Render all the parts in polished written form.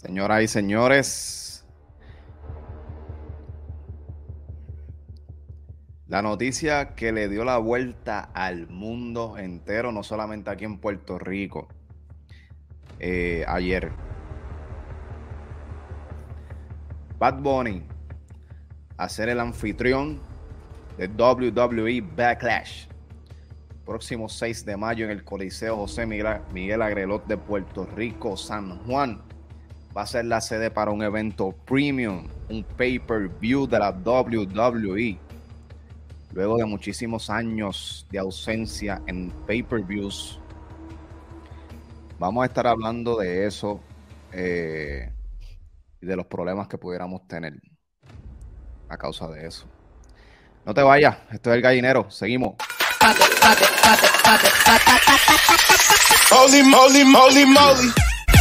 Señoras y señores, la noticia que le dio la vuelta al mundo entero, no solamente aquí en Puerto Rico, ayer. Bad Bunny a ser el anfitrión de WWE Backlash. Próximo 6 de mayo en el Coliseo José Miguel Agrelot de Puerto Rico, San Juan. Va a ser la sede para un evento premium, un pay-per-view de la WWE. Luego de muchísimos años de ausencia en pay-per-views, vamos a estar hablando de eso y de los problemas que pudiéramos tener a causa de eso. No te vayas, esto es El Gallinero, seguimos. Holy moly, moly, moly.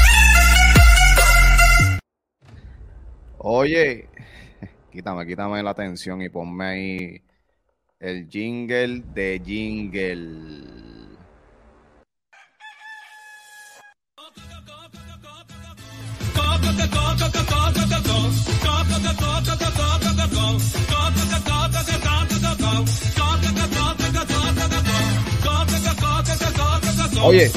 Oye, quítame la atención y ponme ahí el jingle de jingle. Oye,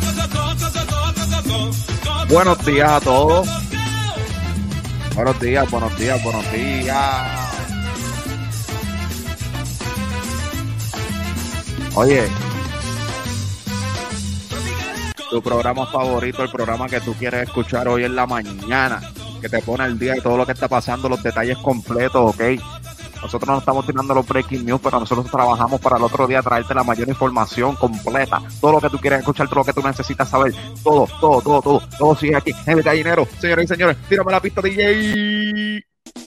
buenos días a todos. Buenos días. Oye, tu programa favorito, el programa que tú quieres escuchar hoy en la mañana, que te pone al día de todo lo que está pasando, los detalles completos, ¿ok? Nosotros no estamos tirando los breaking news, pero nosotros trabajamos para el otro día traerte la mayor información completa, todo lo que tú quieres escuchar, todo lo que tú necesitas saber, todo sigue aquí en El Gallinero. Señores y señores, tírame la pista, DJ.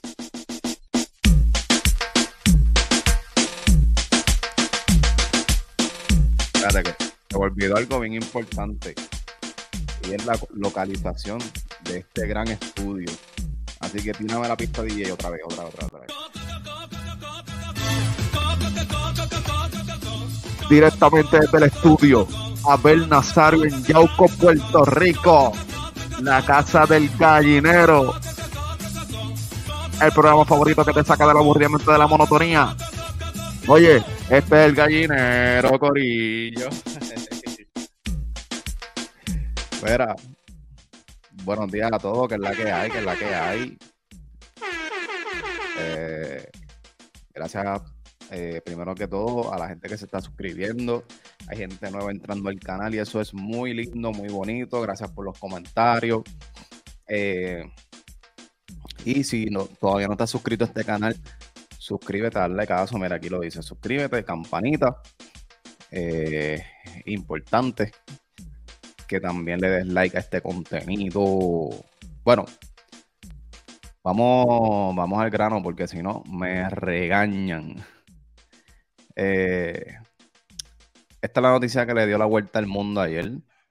Espérate que se me olvidó algo bien importante y es la localización de este gran estudio. Así que tírame la pista, DJ, otra vez. Directamente desde el estudio, Abel Nazario en Yauco, Puerto Rico, la casa del Gallinero, el programa favorito que te saca del aburrimiento, de la monotonía. Oye, este es El Gallinero, corillo. Mira, buenos días a todos, que es la que hay. Gracias, primero que todo, a la gente que se está suscribiendo. Hay gente nueva entrando al canal y eso es muy lindo, muy bonito. Gracias por los comentarios. Y si todavía no estás suscrito a este canal, suscríbete, dale caso. Mira, aquí lo dice, suscríbete, campanita. Importante que también le des like a este contenido. Bueno, vamos al grano porque si no me regañan. Esta es la noticia que le dio la vuelta al mundo ayer.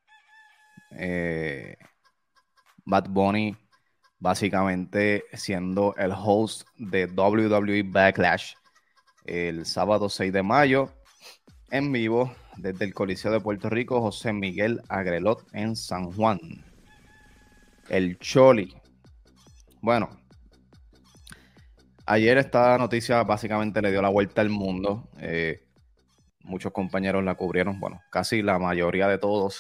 Bad Bunny básicamente siendo el host de WWE Backlash el sábado 6 de mayo en vivo desde el Coliseo de Puerto Rico José Miguel Agrelot en San Juan. El Choli. Bueno, ayer esta noticia básicamente le dio la vuelta al mundo. Muchos compañeros la cubrieron, bueno, casi la mayoría de todos.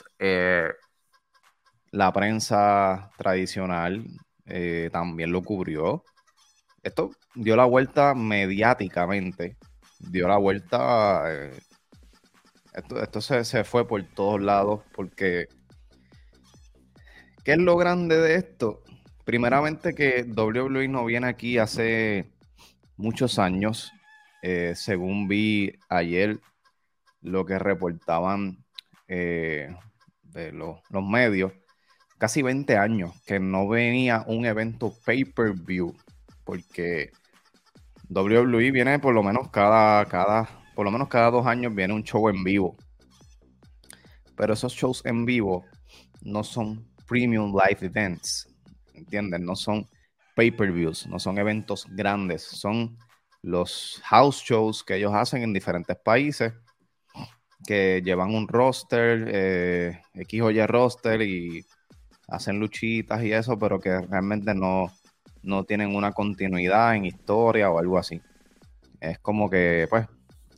La prensa tradicional también lo cubrió. Esto dio la vuelta mediáticamente. Dio la vuelta. Esto se fue por todos lados porque ¿qué es lo grande de esto? Primeramente que WWE no viene aquí hace muchos años. Según vi ayer lo que reportaban de los medios, casi 20 años que no venía un evento pay-per-view, porque WWE viene por lo menos cada 2 años viene un show en vivo, pero esos shows en vivo no son premium live events, ¿entienden? No son pay-per-views, no son eventos grandes, son los house shows que ellos hacen en diferentes países, que llevan un roster, X o Y roster, y hacen luchitas y eso, pero que realmente no tienen una continuidad en historia o algo así. Es como que, pues,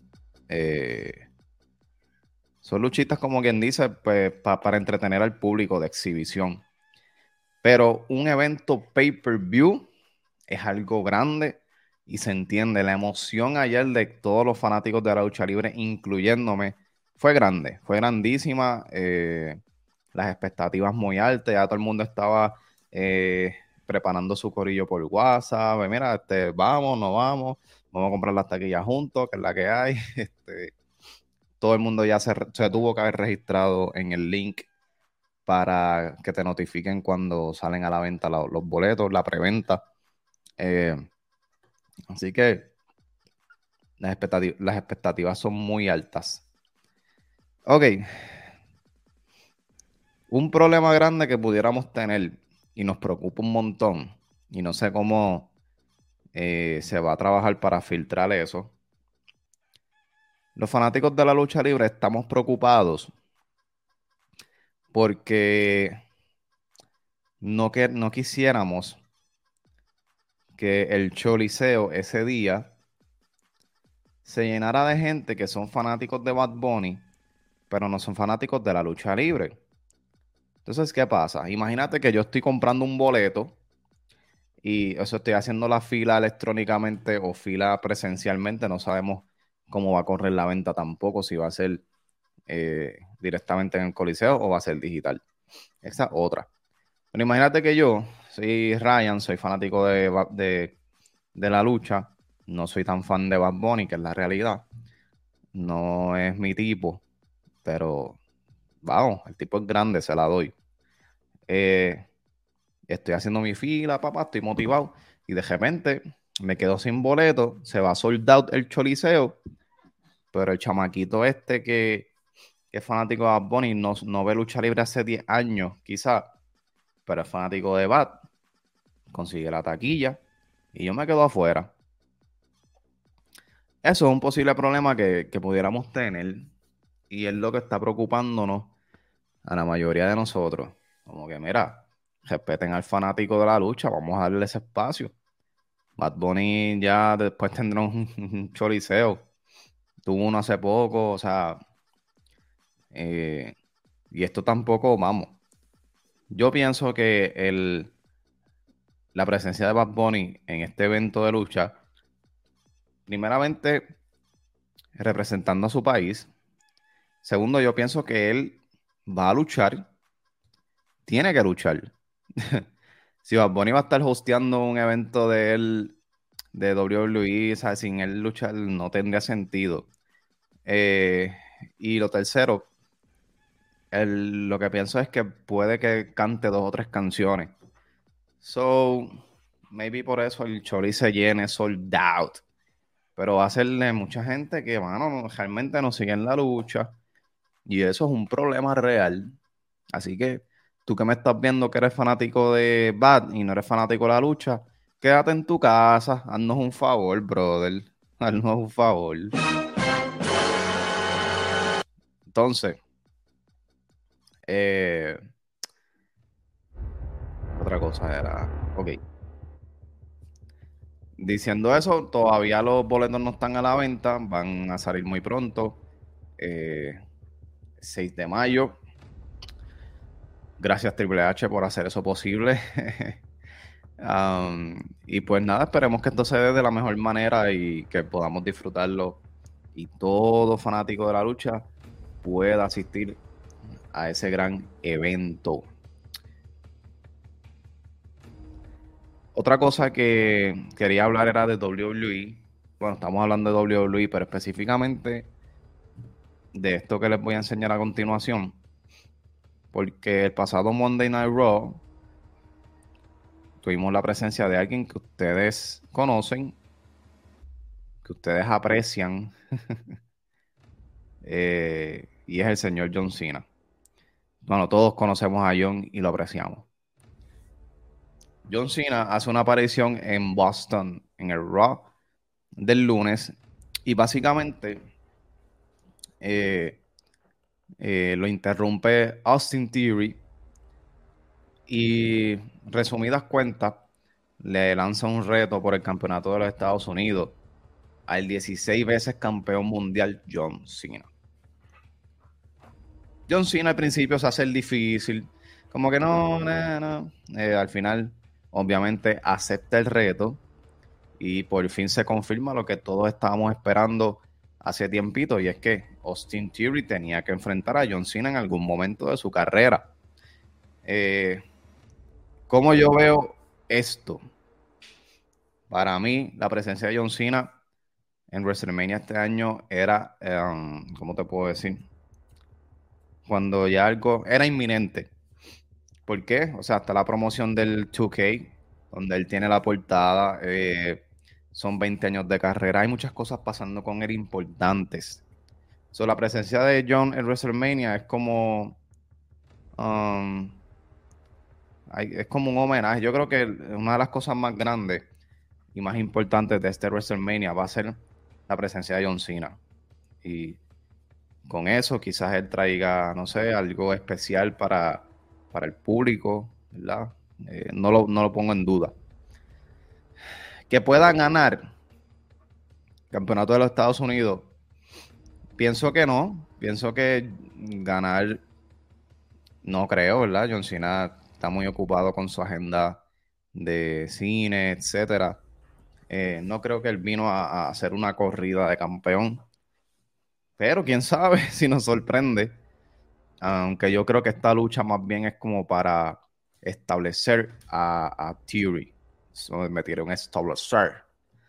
son luchitas como quien dice, pues, para entretener al público de exhibición. Pero un evento pay-per-view es algo grande y se entiende. La emoción ayer de todos los fanáticos de la lucha libre, incluyéndome, fue grande, fue grandísima. Las expectativas muy altas, ya todo el mundo estaba preparando su corillo por WhatsApp. Mira, vamos, no vamos, vamos a comprar las taquillas juntos, que es la que hay. Todo el mundo ya se tuvo que haber registrado en el link para que te notifiquen cuando salen a la venta los boletos, la preventa. Así que las expectativas son muy altas. Ok, un problema grande que pudiéramos tener y nos preocupa un montón, y no sé cómo se va a trabajar para filtrar eso. Los fanáticos de la lucha libre estamos preocupados porque no quisiéramos que el Choliseo ese día se llenara de gente que son fanáticos de Bad Bunny, pero no son fanáticos de la lucha libre. Entonces, ¿qué pasa? Imagínate que yo estoy comprando un boleto y eso estoy haciendo la fila electrónicamente o fila presencialmente. No sabemos cómo va a correr la venta tampoco, si va a ser directamente en el Coliseo o va a ser digital. Esa es otra. Pero imagínate que yo soy Ryan, soy fanático de la lucha, no soy tan fan de Bad Bunny, que es la realidad. No es mi tipo, pero vamos, el tipo es grande, se la doy. Eh, Estoy haciendo mi fila, papá, estoy motivado. Y de repente me quedo sin boleto, se va sold out el Choliseo, pero el chamaquito que es fanático de Bad Bunny no ve lucha libre hace 10 años, quizás, pero es fanático de Bad, consigue la taquilla y yo me quedo afuera. Eso es un posible problema que pudiéramos tener y es lo que está preocupándonos a la mayoría de nosotros. Como que, mira, respeten al fanático de la lucha, vamos a darle ese espacio. Bad Bunny ya después tendrá un choliseo. Tuvo uno hace poco, o sea, eh, y esto tampoco, vamos. Yo pienso que la presencia de Bad Bunny en este evento de lucha, primeramente representando a su país. Segundo, yo pienso que él va a luchar, tiene que luchar. Si Bad Bunny va a estar hosteando un evento de él, de WWE, o sea, sin él luchar, no tendría sentido. Eh, y lo tercero, lo que pienso es que puede que cante 2 o 3 canciones. So, maybe por eso el Choli se llene sold out. Pero va a serle mucha gente que, mano, realmente no siguen la lucha. Y eso es un problema real. Así que tú que me estás viendo que eres fanático de Bad y no eres fanático de la lucha, quédate en tu casa, haznos un favor, brother. Haznos un favor. Entonces, eh, otra cosa era. Ok. Diciendo eso, todavía los boletos no están a la venta, van a salir muy pronto. 6 de mayo. Gracias Triple H por hacer eso posible. Y pues nada, esperemos que esto se dé de la mejor manera y que podamos disfrutarlo y todo fanático de la lucha pueda asistir a ese gran evento. Otra cosa que quería hablar era de WWE. Bueno, estamos hablando de WWE, pero específicamente de esto que les voy a enseñar a continuación. Porque el pasado Monday Night Raw tuvimos la presencia de alguien que ustedes conocen, que ustedes aprecian, y es el señor John Cena. Bueno, todos conocemos a John y lo apreciamos. John Cena hace una aparición en Boston, en el Raw del lunes, y básicamente lo interrumpe Austin Theory Y resumidas cuentas, le lanza un reto por el campeonato de los Estados Unidos al 16 veces campeón mundial John Cena. John Cena al principio se hace el difícil, como que no, no, no. Al final, obviamente, acepta el reto y por fin se confirma lo que todos estábamos esperando hace tiempito, y es que Austin Theory tenía que enfrentar a John Cena en algún momento de su carrera. ¿Cómo yo veo esto? Para mí, la presencia de John Cena en WrestleMania este año era, ¿cómo te puedo decir? Cuando ya algo era inminente. ¿Por qué? O sea, hasta la promoción del 2K, donde él tiene la portada, son 20 años de carrera, hay muchas cosas pasando con él importantes. So, la presencia de John en WrestleMania es como, um, es como un homenaje. Yo creo que una de las cosas más grandes y más importantes de este WrestleMania va a ser la presencia de John Cena. Y con eso quizás él traiga, no sé, algo especial para el público, ¿verdad? No lo pongo en duda. Que pueda ganar el campeonato de los Estados Unidos, pienso que no. Pienso que ganar, no creo, ¿verdad? John Cena está muy ocupado con su agenda de cine, etcétera. No creo que él vino a hacer una corrida de campeón. Pero quién sabe si nos sorprende. Aunque yo creo que esta lucha más bien es como para establecer a Theory. So, me tiré un establecer.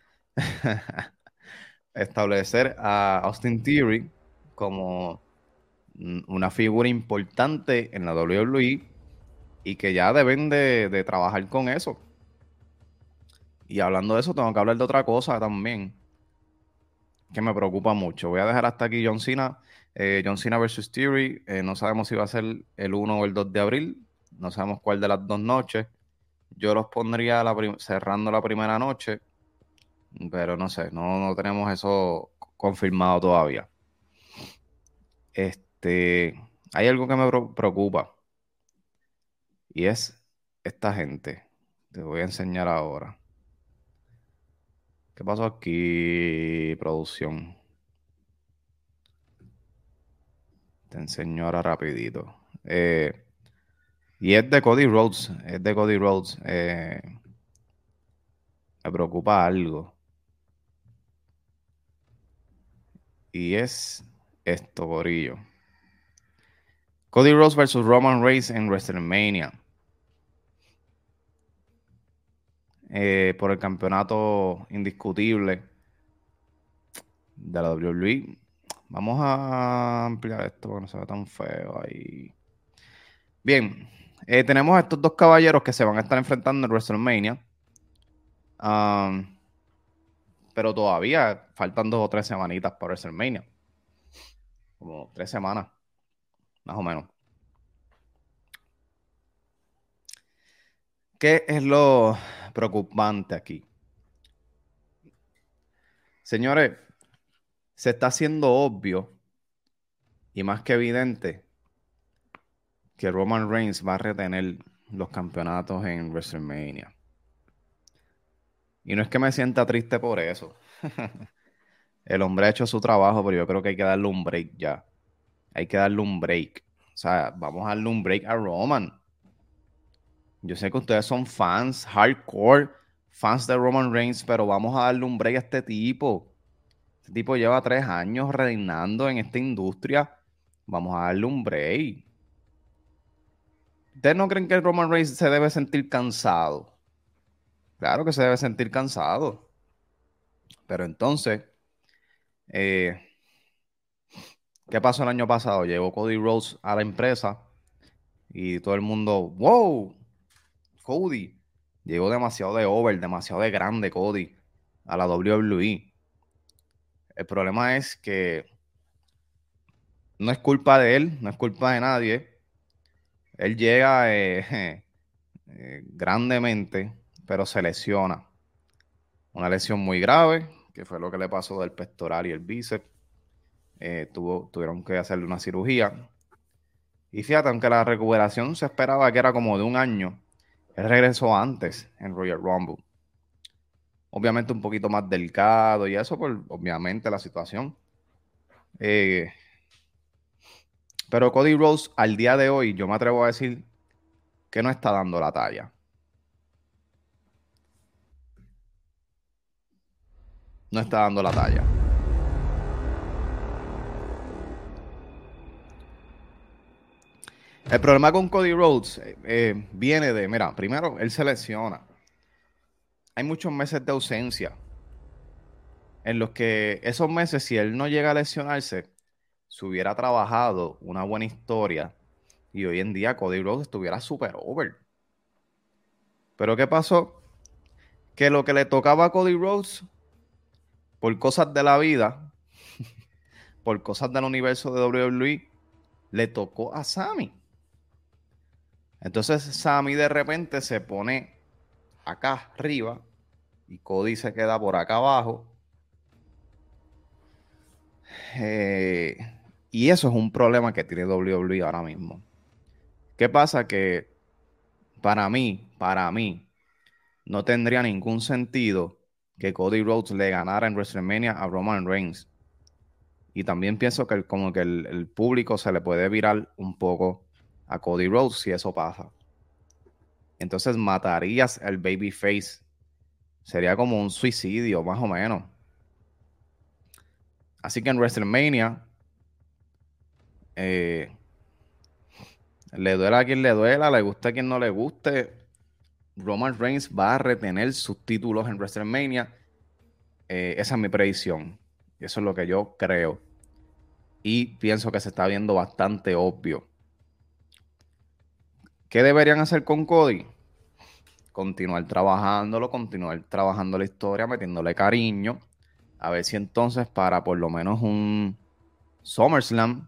Establecer a Austin Theory como una figura importante en la WWE y que ya deben de trabajar con eso. Y hablando de eso, tengo que hablar de otra cosa también que me preocupa mucho. Voy a dejar hasta aquí John Cena. John Cena versus Theory. No sabemos si va a ser el 1 o el 2 de abril. No sabemos cuál de las dos noches. Yo los pondría cerrando la primera noche, pero no sé, no tenemos eso confirmado todavía. Hay algo que me preocupa y es esta gente. Te voy a enseñar ahora. ¿Qué pasó aquí, producción? Te enseño ahora rapidito. Y es de Cody Rhodes. Es de Cody Rhodes. Me preocupa algo. Y es esto, gorillo. Cody Rhodes versus Roman Reigns en WrestleMania. Por el campeonato indiscutible de la WWE. Vamos a ampliar esto para que no se vea tan feo ahí. Bien, tenemos a estos dos caballeros que se van a estar enfrentando en WrestleMania. Pero todavía faltan 2 o 3 semanitas para WrestleMania. Como 3 semanas, más o menos. ¿Qué es lo preocupante aquí? Señores, se está haciendo obvio y más que evidente que Roman Reigns va a retener los campeonatos en WrestleMania. Y no es que me sienta triste por eso. El hombre ha hecho su trabajo, pero yo creo que hay que darle un break ya. Hay que darle un break. O sea, vamos a darle un break a Roman. Yo sé que ustedes son fans, hardcore, fans de Roman Reigns, pero vamos a darle un break a este tipo. Este tipo lleva 3 años reinando en esta industria. Vamos a darle un break. ¿Ustedes no creen que Roman Reigns se debe sentir cansado? Claro que se debe sentir cansado. Pero entonces, eh, ¿qué pasó el año pasado? Llegó Cody Rhodes a la empresa y todo el mundo, wow, Cody. Llegó demasiado de over, demasiado de grande Cody a la WWE. El problema es que no es culpa de él, no es culpa de nadie. Él llega grandemente, pero se lesiona. Una lesión muy grave, que fue lo que le pasó del pectoral y el bíceps. Tuvieron que hacerle una cirugía. Y fíjate, aunque la recuperación se esperaba que era como de un año, él regresó antes en Royal Rumble. Obviamente un poquito más delicado y eso por, obviamente, la situación. Eh, pero Cody Rhodes al día de hoy, yo me atrevo a decir que no está dando la talla. No está dando la talla. El problema con Cody Rhodes viene de, mira, primero, él se lesiona. Hay muchos meses de ausencia en los que esos meses, si él no llega a lesionarse, se hubiera trabajado una buena historia y hoy en día Cody Rhodes estuviera súper over. Pero ¿qué pasó? Que lo que le tocaba a Cody Rhodes, por cosas de la vida, por cosas del universo de WWE, le tocó a Sami. Entonces Sami de repente se pone acá arriba y Cody se queda por acá abajo. Eh, y eso es un problema que tiene WWE ahora mismo. ¿Qué pasa? Que para mí, no tendría ningún sentido que Cody Rhodes le ganara en WrestleMania a Roman Reigns. Y también pienso que como que el público se le puede virar un poco a Cody Rhodes si eso pasa. Entonces matarías al babyface. Sería como un suicidio, más o menos. Así que en WrestleMania, eh, le duela a quien le duela, le gusta a quien no le guste. Roman Reigns va a retener sus títulos en WrestleMania. Esa es mi predicción. Eso es lo que yo creo. Y pienso que se está viendo bastante obvio. ¿Qué deberían hacer con Cody? Continuar trabajándolo, continuar trabajando la historia, metiéndole cariño. A ver si entonces para por lo menos un SummerSlam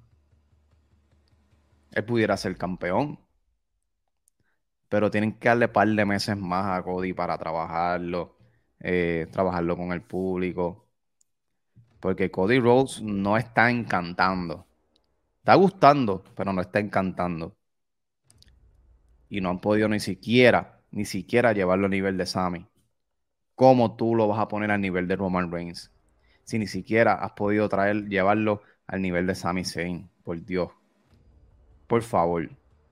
él pudiera ser campeón. Pero tienen que darle un par de meses más a Cody para trabajarlo, trabajarlo con el público. Porque Cody Rhodes no está encantando. Está gustando, pero no está encantando. Y no han podido ni siquiera llevarlo a nivel de Sami. ¿Cómo tú lo vas a poner al nivel de Roman Reigns? Si ni siquiera has podido llevarlo al nivel de Sami Zayn. Por Dios. Por favor.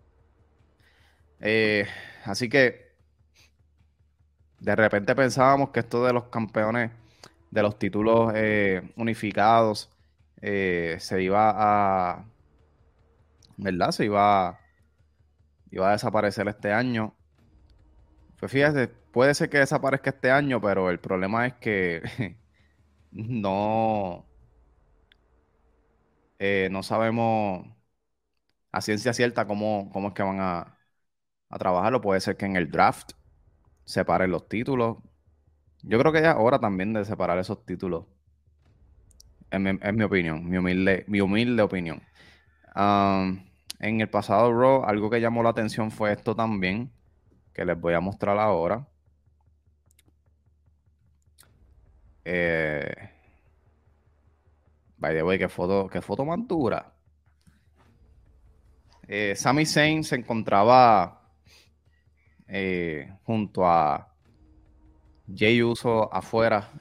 Eh, así que de repente pensábamos que esto de los campeones, de los títulos unificados, se iba a, ¿verdad? Iba a desaparecer este año. Pues fíjate, puede ser que desaparezca este año, pero el problema es que no, no sabemos a ciencia cierta cómo es que van a trabajarlo. Puede ser que en el draft separen los títulos. Yo creo que ya es hora también de separar esos títulos. Es mi opinión, mi humilde opinión. Um, en el pasado Raw, algo que llamó la atención fue esto también, que les voy a mostrar ahora. Eh, by the way, qué foto más dura. Sami Zayn se encontraba junto a Jey Uso afuera,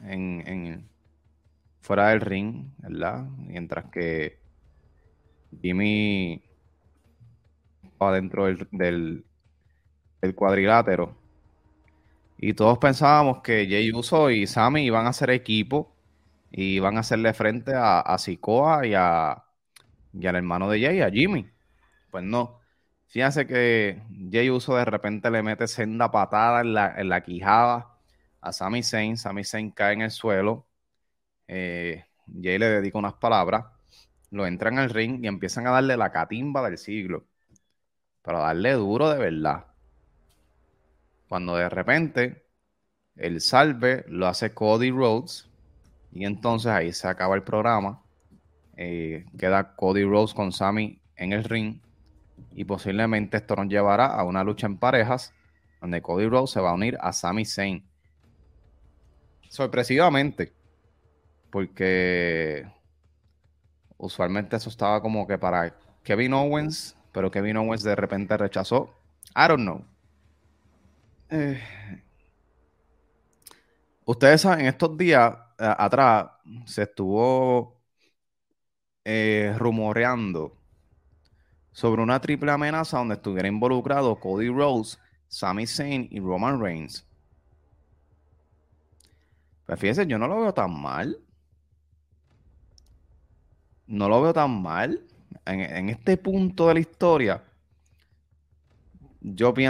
fuera del ring, ¿verdad? Mientras que Jimmy estaba dentro del cuadrilátero. Y todos pensábamos que Jey Uso y Sami iban a ser equipo y iban a hacerle frente a Sikoa y al hermano de Jey, a Jimmy. Pues no. Fíjense que Jey Uso de repente le mete senda patada en la quijada a Sami Zayn. Sami Zayn cae en el suelo. Jey le dedica unas palabras. Lo entran al ring y empiezan a darle la catimba del siglo. Pero a darle duro de verdad. Cuando de repente el salve lo hace Cody Rhodes. Y entonces ahí se acaba el programa. Queda Cody Rhodes con Sami en el ring. Y posiblemente esto nos llevará a una lucha en parejas donde Cody Rhodes se va a unir a Sami Zayn. Sorpresivamente, porque usualmente eso estaba como que para Kevin Owens, pero Kevin Owens de repente rechazó. I don't know. Ustedes saben, estos días atrás se estuvo rumoreando sobre una triple amenaza donde estuviera involucrado Cody Rhodes, Sami Zayn y Roman Reigns. Pues fíjense, yo no lo veo tan mal. No lo veo tan mal. En este punto de la historia, yo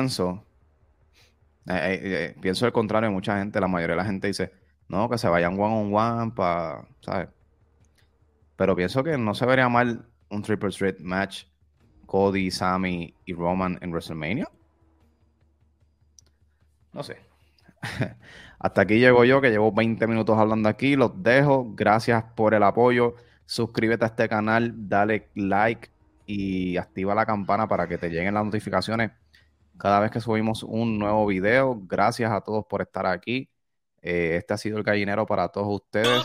pienso al contrario de mucha gente. La mayoría de la gente dice, no, que se vayan one on one para, ¿sabes? Pero pienso que no se vería mal un triple threat match Cody, Sami y Roman en WrestleMania. No sé. Hasta aquí llego yo, que llevo 20 minutos hablando aquí. Los dejo. Gracias por el apoyo. Suscríbete a este canal, dale like y activa la campana para que te lleguen las notificaciones cada vez que subimos un nuevo video. Gracias a todos por estar aquí. Este ha sido el gallinero para todos ustedes.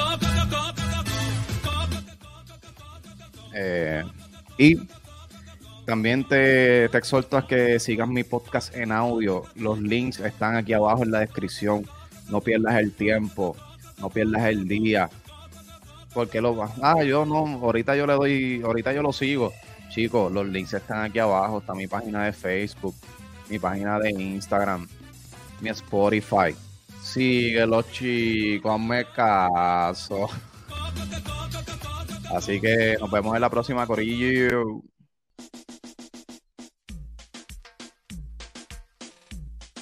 Y también te exhorto a que sigas mi podcast en audio. Los links están aquí abajo en la descripción. No pierdas el tiempo, no pierdas el día. Porque yo no, ahorita yo le doy, ahorita yo lo sigo. Chicos, los links están aquí abajo. Está mi página de Facebook, mi página de Instagram, mi Spotify. Síguelo, chicos, hazme caso. Así que nos vemos en la próxima, corillo.